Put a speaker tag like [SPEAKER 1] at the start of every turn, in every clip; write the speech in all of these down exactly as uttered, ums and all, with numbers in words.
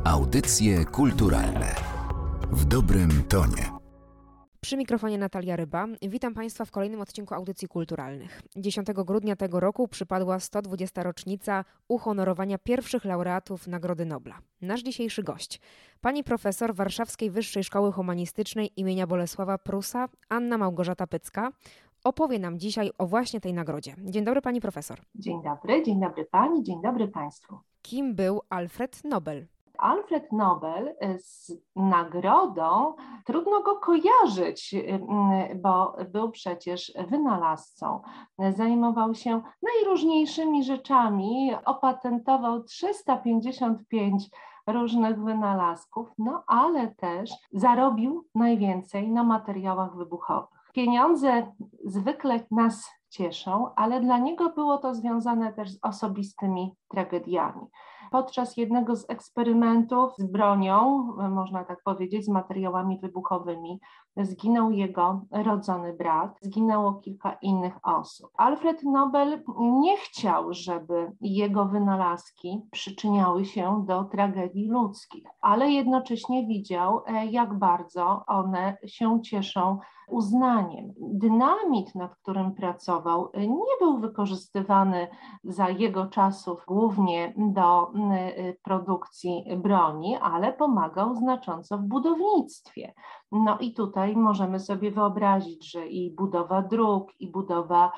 [SPEAKER 1] Audycje kulturalne w dobrym tonie.
[SPEAKER 2] Przy mikrofonie Natalia Ryba. Witam Państwa w kolejnym odcinku Audycji Kulturalnych. dziesiątego grudnia tego roku przypadła sto dwudziesta rocznica uhonorowania pierwszych laureatów Nagrody Nobla. Nasz dzisiejszy gość, pani profesor Warszawskiej Wyższej Szkoły Humanistycznej imienia Bolesława Prusa, Anna Małgorzata Pycka, opowie nam dzisiaj o właśnie tej nagrodzie. Dzień dobry pani profesor.
[SPEAKER 3] Dzień dobry, dzień dobry pani, dzień dobry państwu.
[SPEAKER 2] Kim był Alfred Nobel?
[SPEAKER 3] Alfred Nobel z nagrodą trudno go kojarzyć, bo był przecież wynalazcą. Zajmował się najróżniejszymi rzeczami, opatentował trzysta pięćdziesiąt pięć różnych wynalazków, no ale też zarobił najwięcej na materiałach wybuchowych. Pieniądze zwykle nas cieszą, ale dla niego było to związane też z osobistymi tragediami. Podczas jednego z eksperymentów z bronią, można tak powiedzieć, z materiałami wybuchowymi, zginął jego rodzony brat, zginęło kilka innych osób. Alfred Nobel nie chciał, żeby jego wynalazki przyczyniały się do tragedii ludzkich, ale jednocześnie widział, jak bardzo one się cieszą uznaniem. Dynamit, nad którym pracował, nie był wykorzystywany za jego czasów głównie do produkcji broni, ale pomagał znacząco w budownictwie. No i tutaj możemy sobie wyobrazić, że i budowa dróg, i budowa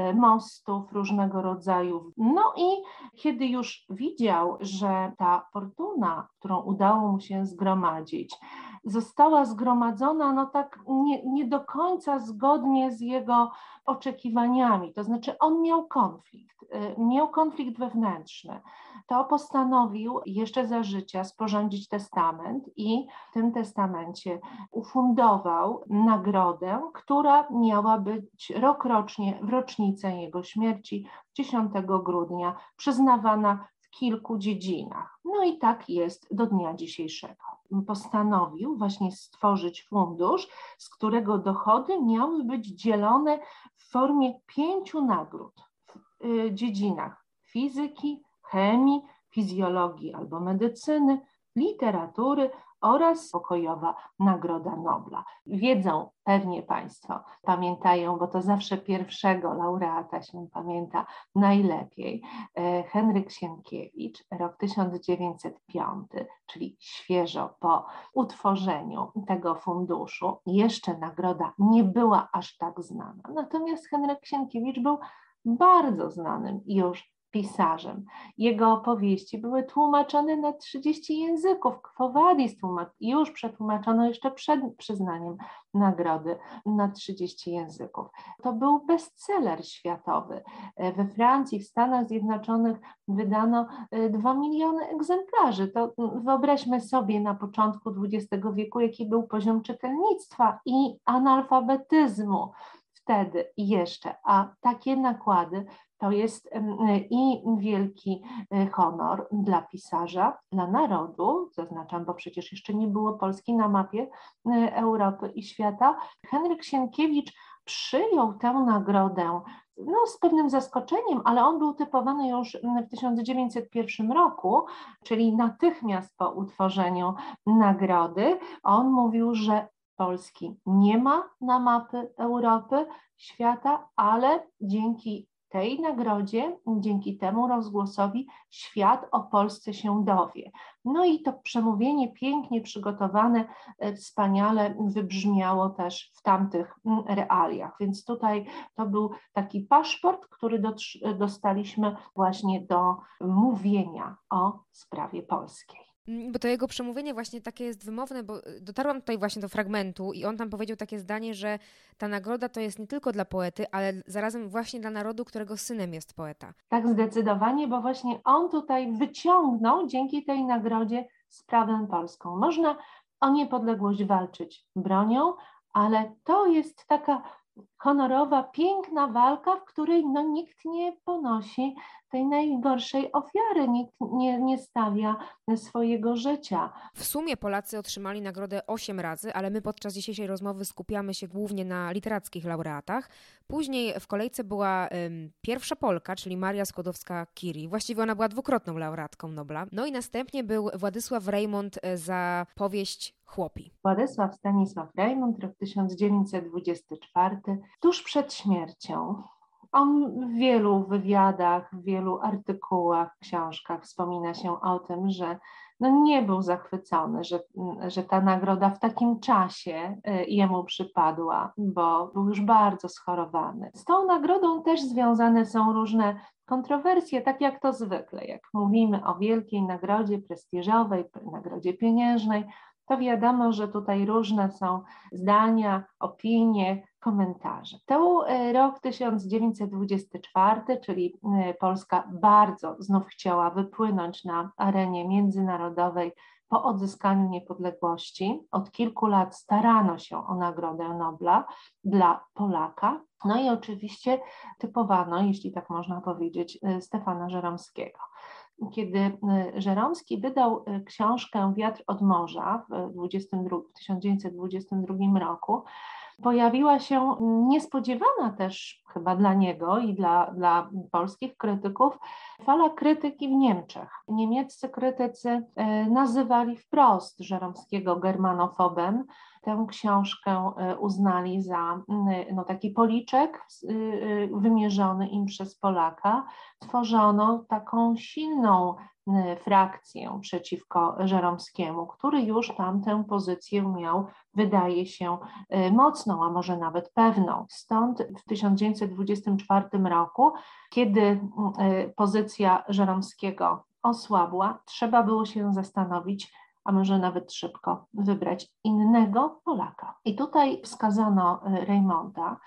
[SPEAKER 3] mostów różnego rodzaju. No i kiedy już widział, że ta fortuna, którą udało mu się zgromadzić, została zgromadzona no tak nie, nie do końca zgodnie z jego oczekiwaniami, to znaczy on miał konflikt, miał konflikt wewnętrzny, to postanowił jeszcze za życia sporządzić testament i w tym testamencie ufundował nagrodę, która miała być rokrocznie w rocznicę jego śmierci, dziesiątego grudnia, przyznawana w kilku dziedzinach. No i tak jest do dnia dzisiejszego. Postanowił właśnie stworzyć fundusz, z którego dochody miały być dzielone w formie pięciu nagród w dziedzinach fizyki, chemii, fizjologii albo medycyny, literatury oraz pokojowa Nagroda Nobla. Wiedzą pewnie Państwo, pamiętają, bo to zawsze pierwszego laureata się pamięta najlepiej, Henryk Sienkiewicz, rok tysiąc dziewięćset piąty, czyli świeżo po utworzeniu tego funduszu. Jeszcze nagroda nie była aż tak znana, natomiast Henryk Sienkiewicz był bardzo znanym już pisarzem. Jego opowieści były tłumaczone na trzydzieści języków. Quo Vadis już przetłumaczono jeszcze przed przyznaniem nagrody na trzydzieści języków. To był bestseller światowy. We Francji, w Stanach Zjednoczonych wydano dwa miliony egzemplarzy. To wyobraźmy sobie na początku dwudziestego wieku, jaki był poziom czytelnictwa i analfabetyzmu wtedy jeszcze, a takie nakłady to jest i wielki honor dla pisarza, dla narodu, zaznaczam, bo przecież jeszcze nie było Polski na mapie Europy i świata. Henryk Sienkiewicz przyjął tę nagrodę no, z pewnym zaskoczeniem, ale on był typowany już w tysiąc dziewięćset pierwszym roku, czyli natychmiast po utworzeniu nagrody. On mówił, że Polski nie ma na mapy Europy, świata, ale dzięki tej nagrodzie, dzięki temu rozgłosowi świat o Polsce się dowie. No i to przemówienie pięknie przygotowane, wspaniale wybrzmiało też w tamtych realiach, więc tutaj to był taki paszport, który dostaliśmy właśnie do mówienia o sprawie polskiej.
[SPEAKER 2] Bo to jego przemówienie właśnie takie jest wymowne, bo dotarłam tutaj właśnie do fragmentu i on tam powiedział takie zdanie, że ta nagroda to jest nie tylko dla poety, ale zarazem właśnie dla narodu, którego synem jest poeta.
[SPEAKER 3] Tak, zdecydowanie, bo właśnie on tutaj wyciągnął dzięki tej nagrodzie sprawę polską. Można o niepodległość walczyć bronią, ale to jest taka honorowa, piękna walka, w której no, nikt nie ponosi tej najgorszej ofiary. Nikt nie, nie stawia swojego życia.
[SPEAKER 2] W sumie Polacy otrzymali nagrodę osiem razy, ale my podczas dzisiejszej rozmowy skupiamy się głównie na literackich laureatach. Później w kolejce była um, pierwsza Polka, czyli Maria Skłodowska-Curie. Właściwie ona była dwukrotną laureatką Nobla. No i następnie był Władysław Reymont za powieść Chłopi.
[SPEAKER 3] Władysław Stanisław Reymont, rok tysiąc dziewięćset dwudziesty czwarty, tuż przed śmiercią. On w wielu wywiadach, w wielu artykułach, książkach wspomina się o tym, że no nie był zachwycony, że, że ta nagroda w takim czasie jemu przypadła, bo był już bardzo schorowany. Z tą nagrodą też związane są różne kontrowersje, tak jak to zwykle. Jak mówimy o wielkiej nagrodzie prestiżowej, nagrodzie pieniężnej, to wiadomo, że tutaj różne są zdania, opinie, komentarze. To rok tysiąc dziewięćset dwudziesty czwarty, czyli Polska bardzo znów chciała wypłynąć na arenie międzynarodowej po odzyskaniu niepodległości. Od kilku lat starano się o Nagrodę Nobla dla Polaka. No i oczywiście typowano, jeśli tak można powiedzieć, Stefana Żeromskiego. Kiedy Żeromski wydał książkę Wiatr od morza w tysiąc dziewięćset dwudziestym drugim roku, pojawiła się niespodziewana też chyba dla niego i dla, dla polskich krytyków fala krytyki w Niemczech. Niemieccy krytycy nazywali wprost Żeromskiego germanofobem. Tę książkę uznali za no, taki policzek wymierzony im przez Polaka. Tworzono taką silną frakcję przeciwko Żeromskiemu, który już tam tę pozycję miał, wydaje się, mocną, a może nawet pewną. Stąd w tysiąc dziewięćset dwudziestym czwartym roku, kiedy pozycja Żeromskiego osłabła, trzeba było się zastanowić, a może nawet szybko wybrać innego Polaka. I tutaj wskazano Reymonta.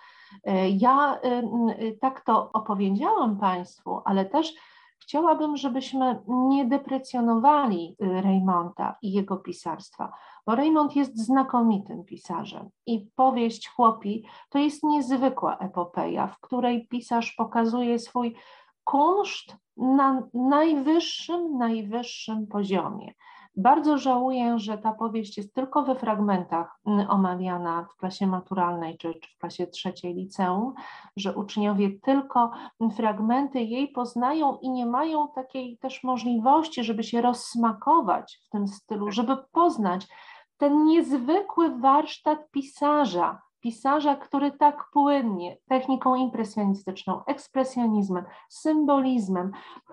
[SPEAKER 3] Ja tak to opowiedziałam Państwu, ale też chciałabym, żebyśmy nie deprecjonowali Reymonta i jego pisarstwa, bo Reymont jest znakomitym pisarzem i powieść Chłopi to jest niezwykła epopeja, w której pisarz pokazuje swój kunszt na najwyższym, najwyższym poziomie. Bardzo żałuję, że ta powieść jest tylko we fragmentach omawiana w klasie maturalnej czy, czy w klasie trzeciej liceum, że uczniowie tylko fragmenty jej poznają i nie mają takiej też możliwości, żeby się rozsmakować w tym stylu, żeby poznać ten niezwykły warsztat pisarza, pisarza, który tak płynnie techniką impresjonistyczną, ekspresjonizmem, symbolizmem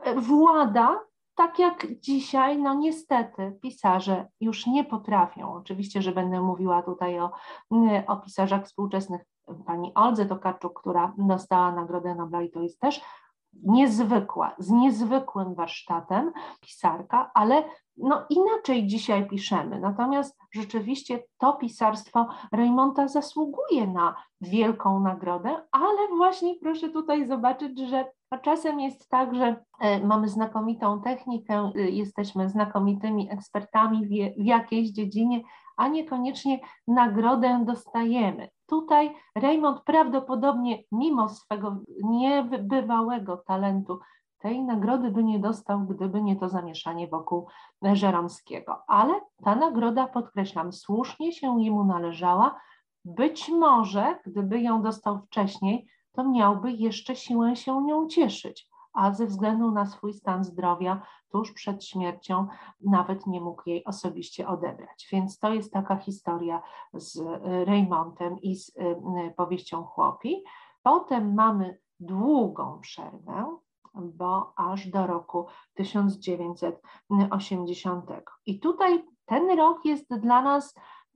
[SPEAKER 3] włada, tak jak dzisiaj, no niestety, pisarze już nie potrafią. Oczywiście, że będę mówiła tutaj o, o pisarzach współczesnych. Pani Oldze Tokarczuk, która dostała Nagrodę Nobla i to jest też niezwykła, z niezwykłym warsztatem pisarka, ale no inaczej dzisiaj piszemy. Natomiast rzeczywiście to pisarstwo Reymonta zasługuje na wielką nagrodę, ale właśnie proszę tutaj zobaczyć, że czasem jest tak, że mamy znakomitą technikę, jesteśmy znakomitymi ekspertami w jakiejś dziedzinie, a niekoniecznie nagrodę dostajemy. Tutaj Reymont prawdopodobnie mimo swego niebywałego talentu tej nagrody by nie dostał, gdyby nie to zamieszanie wokół Żeromskiego. Ale ta nagroda, podkreślam, słusznie się jemu należała. Być może, gdyby ją dostał wcześniej, to miałby jeszcze siłę się nią cieszyć, a ze względu na swój stan zdrowia tuż przed śmiercią nawet nie mógł jej osobiście odebrać. Więc to jest taka historia z Reymontem i z powieścią Chłopi. Potem mamy długą przerwę, bo aż do roku tysiąc dziewięćset osiemdziesiątego. I tutaj ten rok jest dla nas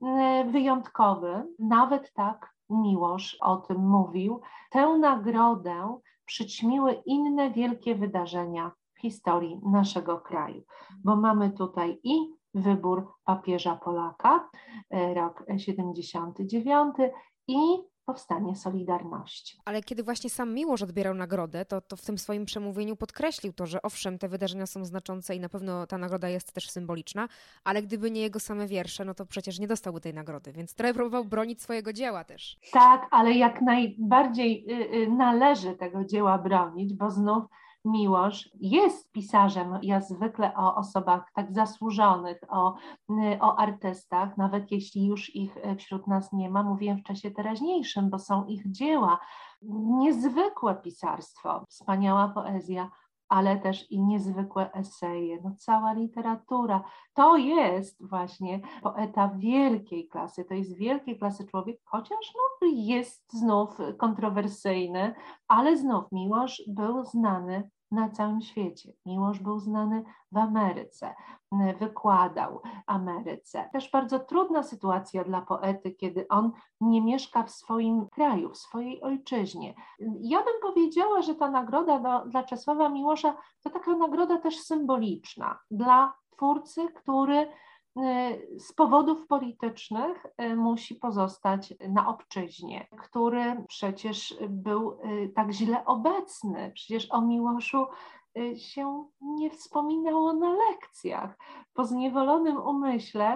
[SPEAKER 3] wyjątkowy, nawet tak Miłosz o tym mówił. Tę nagrodę przyćmiły inne wielkie wydarzenia w historii naszego kraju, bo mamy tutaj i wybór papieża Polaka, rok siedemdziesiąty dziewiąty i powstanie Solidarności.
[SPEAKER 2] Ale kiedy właśnie sam Miłosz odbierał nagrodę, to, to w tym swoim przemówieniu podkreślił to, że owszem, te wydarzenia są znaczące i na pewno ta nagroda jest też symboliczna, ale gdyby nie jego same wiersze, no to przecież nie dostałby tej nagrody, więc trochę próbował bronić swojego dzieła też.
[SPEAKER 3] Tak, ale jak najbardziej należy tego dzieła bronić, bo znów Miłosz jest pisarzem, ja zwykle o osobach tak zasłużonych, o, o artystach, nawet jeśli już ich wśród nas nie ma, mówię w czasie teraźniejszym, bo są ich dzieła, niezwykłe pisarstwo, wspaniała poezja, ale też i niezwykłe eseje, no cała literatura. To jest właśnie poeta wielkiej klasy, to jest wielkiej klasy człowiek, chociaż no, jest znów kontrowersyjny, ale znów Miłosz był znany na całym świecie. Miłosz był znany w Ameryce, wykładał Ameryce. Też bardzo trudna sytuacja dla poety, kiedy on nie mieszka w swoim kraju, w swojej ojczyźnie. Ja bym powiedziała, że ta nagroda do, dla Czesława Miłosza to taka nagroda też symboliczna dla twórcy, który z powodów politycznych musi pozostać na obczyźnie, który przecież był tak źle obecny. Przecież o Miłoszu się nie wspominało na lekcjach. Po zniewolonym umyśle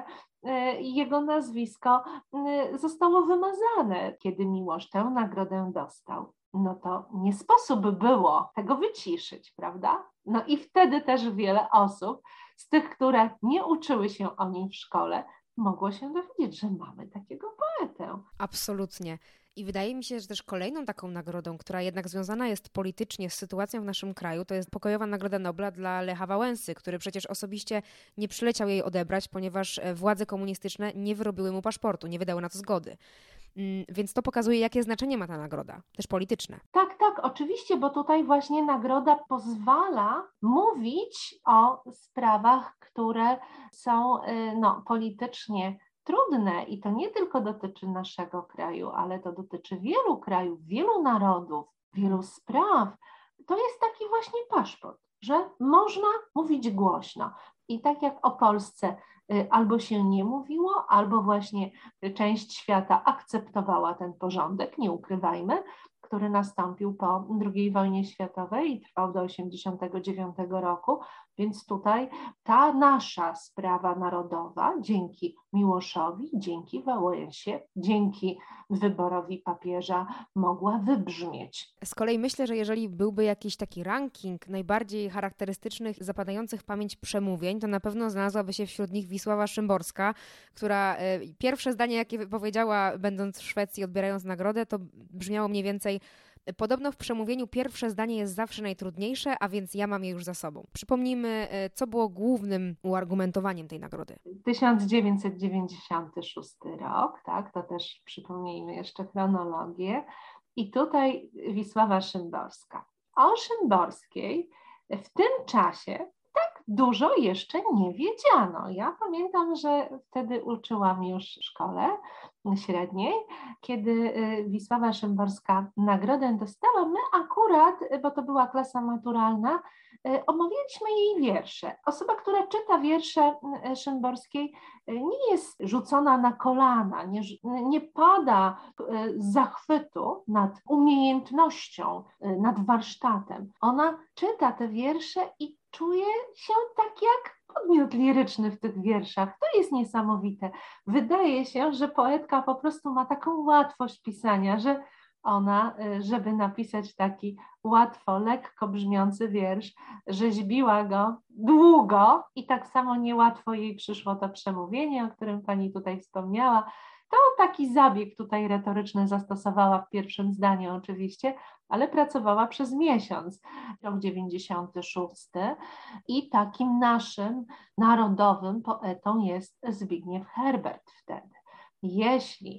[SPEAKER 3] jego nazwisko zostało wymazane. Kiedy Miłosz tę nagrodę dostał, no to nie sposób było tego wyciszyć, prawda? No i wtedy też wiele osób z tych, które nie uczyły się o nim w szkole, mogło się dowiedzieć, że mamy takiego poetę.
[SPEAKER 2] Absolutnie. I wydaje mi się, że też kolejną taką nagrodą, która jednak związana jest politycznie z sytuacją w naszym kraju, to jest pokojowa Nagroda Nobla dla Lecha Wałęsy, który przecież osobiście nie przyleciał jej odebrać, ponieważ władze komunistyczne nie wyrobiły mu paszportu, nie wydały na to zgody. Więc to pokazuje, jakie znaczenie ma ta nagroda, też polityczne.
[SPEAKER 3] Tak, tak, oczywiście, bo tutaj właśnie nagroda pozwala mówić o sprawach, które są no, politycznie trudne i to nie tylko dotyczy naszego kraju, ale to dotyczy wielu krajów, wielu narodów, wielu spraw. To jest taki właśnie paszport, że można mówić głośno. I tak jak o Polsce albo się nie mówiło, albo właśnie część świata akceptowała ten porządek, nie ukrywajmy, który nastąpił po drugiej wojnie światowej i trwał do osiemdziesiątego dziewiątego roku, więc tutaj ta nasza sprawa narodowa dzięki Miłoszowi, dzięki Wałęsie, dzięki wyborowi papieża mogła wybrzmieć.
[SPEAKER 2] Z kolei myślę, że jeżeli byłby jakiś taki ranking najbardziej charakterystycznych, zapadających w pamięć przemówień, to na pewno znalazłaby się wśród nich Wisława Szymborska, która pierwsze zdanie, jakie powiedziała, będąc w Szwecji, odbierając nagrodę, to brzmiało mniej więcej: podobno w przemówieniu pierwsze zdanie jest zawsze najtrudniejsze, a więc ja mam je już za sobą. Przypomnijmy, co było głównym uargumentowaniem tej nagrody.
[SPEAKER 3] tysiąc dziewięćset dziewięćdziesiąty szósty rok, tak, to też przypomnijmy jeszcze chronologię. I tutaj Wisława Szymborska. O Szymborskiej w tym czasie tak dużo jeszcze nie wiedziano. Ja pamiętam, że wtedy uczyłam już w szkole średniej, kiedy Wisława Szymborska nagrodę dostała, my akurat, bo to była klasa maturalna, omawialiśmy jej wiersze. Osoba, która czyta wiersze Szymborskiej, nie jest rzucona na kolana, nie, nie pada z zachwytu nad umiejętnością, nad warsztatem. Ona czyta te wiersze i czuje się tak jak podmiot liryczny w tych wierszach. To jest niesamowite. Wydaje się, że poetka po prostu ma taką łatwość pisania, że ona, żeby napisać taki łatwo, lekko brzmiący wiersz, rzeźbiła go długo i tak samo niełatwo jej przyszło to przemówienie, o którym pani tutaj wspomniała. To taki zabieg tutaj retoryczny zastosowała w pierwszym zdaniu oczywiście, ale pracowała przez miesiąc, rok dziewięćdziesiąty szósty i takim naszym narodowym poetą jest Zbigniew Herbert wtedy. Jeśli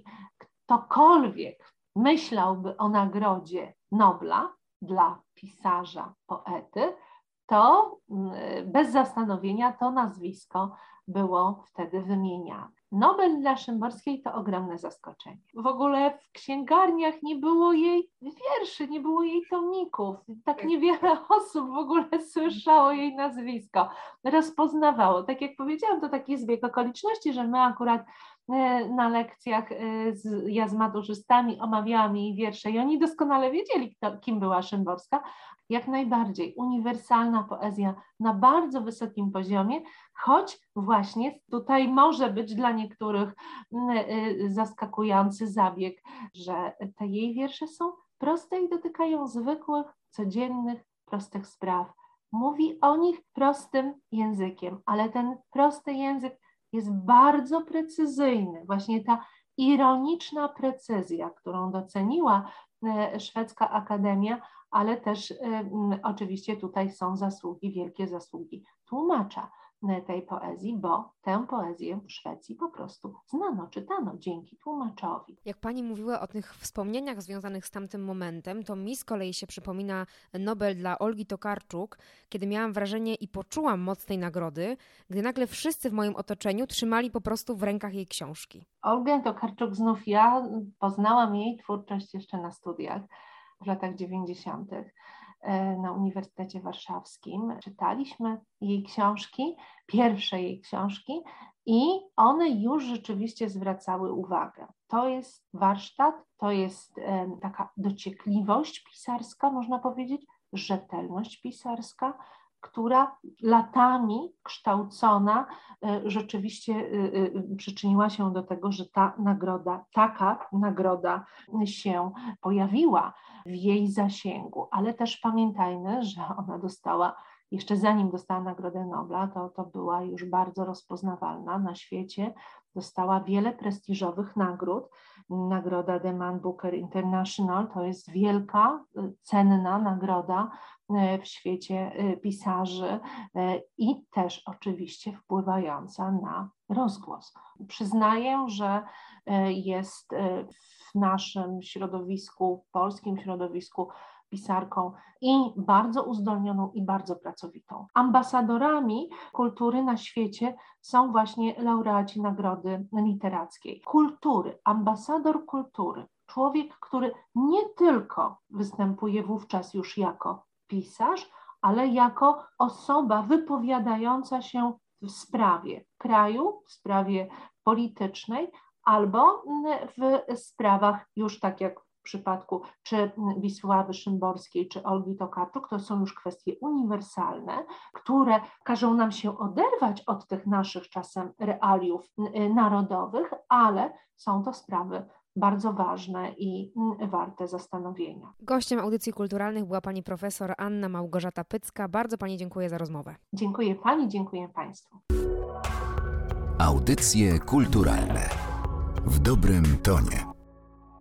[SPEAKER 3] ktokolwiek myślałby o nagrodzie Nobla dla pisarza, poety, to bez zastanowienia to nazwisko było wtedy wymieniane. Nobel dla Szymborskiej to ogromne zaskoczenie. W ogóle w księgarniach nie było jej wierszy, nie było jej tomików. Tak niewiele osób w ogóle słyszało jej nazwisko, rozpoznawało. Tak jak powiedziałam, to taki zbieg okoliczności, że my akurat na lekcjach z, ja z maturzystami omawiałam jej wiersze i oni doskonale wiedzieli, kto, kim była Szymborska. Jak najbardziej uniwersalna poezja na bardzo wysokim poziomie, choć właśnie tutaj może być dla niektórych zaskakujący zabieg, że te jej wiersze są proste i dotykają zwykłych, codziennych, prostych spraw, mówi o nich prostym językiem, ale ten prosty język jest bardzo precyzyjny. Właśnie ta ironiczna precyzja, którą doceniła Szwedzka Akademia, ale też oczywiście tutaj są zasługi, wielkie zasługi tłumacza tej poezji, bo tę poezję w Szwecji po prostu znano, czytano dzięki tłumaczowi.
[SPEAKER 2] Jak pani mówiła o tych wspomnieniach związanych z tamtym momentem, to mi z kolei się przypomina Nobel dla Olgi Tokarczuk, kiedy miałam wrażenie i poczułam moc tej nagrody, gdy nagle wszyscy w moim otoczeniu trzymali po prostu w rękach jej książki.
[SPEAKER 3] Olgę Tokarczuk znów ja poznałam jej twórczość jeszcze na studiach w latach dziewięćdziesiątych. Na Uniwersytecie Warszawskim. Czytaliśmy jej książki, pierwsze jej książki i one już rzeczywiście zwracały uwagę. To jest warsztat, to jest taka dociekliwość pisarska, można powiedzieć, rzetelność pisarska, która latami kształcona rzeczywiście przyczyniła się do tego, że ta nagroda, taka nagroda się pojawiła w jej zasięgu. Ale też pamiętajmy, że ona dostała, jeszcze zanim dostała Nagrodę Nobla, to, to była już bardzo rozpoznawalna na świecie. Dostała wiele prestiżowych nagród. Nagroda The Man Booker International to jest wielka, cenna nagroda w świecie pisarzy i też oczywiście wpływająca na rozgłos. Przyznaję, że jest w naszym środowisku, w polskim środowisku pisarką i bardzo uzdolnioną i bardzo pracowitą. Ambasadorami kultury na świecie są właśnie laureaci Nagrody Literackiej. Kultury, ambasador kultury, człowiek, który nie tylko występuje wówczas już jako pisarz, ale jako osoba wypowiadająca się w sprawie kraju, w sprawie politycznej albo w sprawach już tak jak w przypadku czy Wisławy Szymborskiej, czy Olgi Tokarczuk, to są już kwestie uniwersalne, które każą nam się oderwać od tych naszych czasem realiów narodowych, ale są to sprawy bardzo ważne i warte zastanowienia.
[SPEAKER 2] Gościem audycji kulturalnych była pani profesor Anna Małgorzata Pycka. Bardzo pani dziękuję za rozmowę.
[SPEAKER 3] Dziękuję pani, dziękuję państwu.
[SPEAKER 1] Audycje kulturalne w dobrym tonie.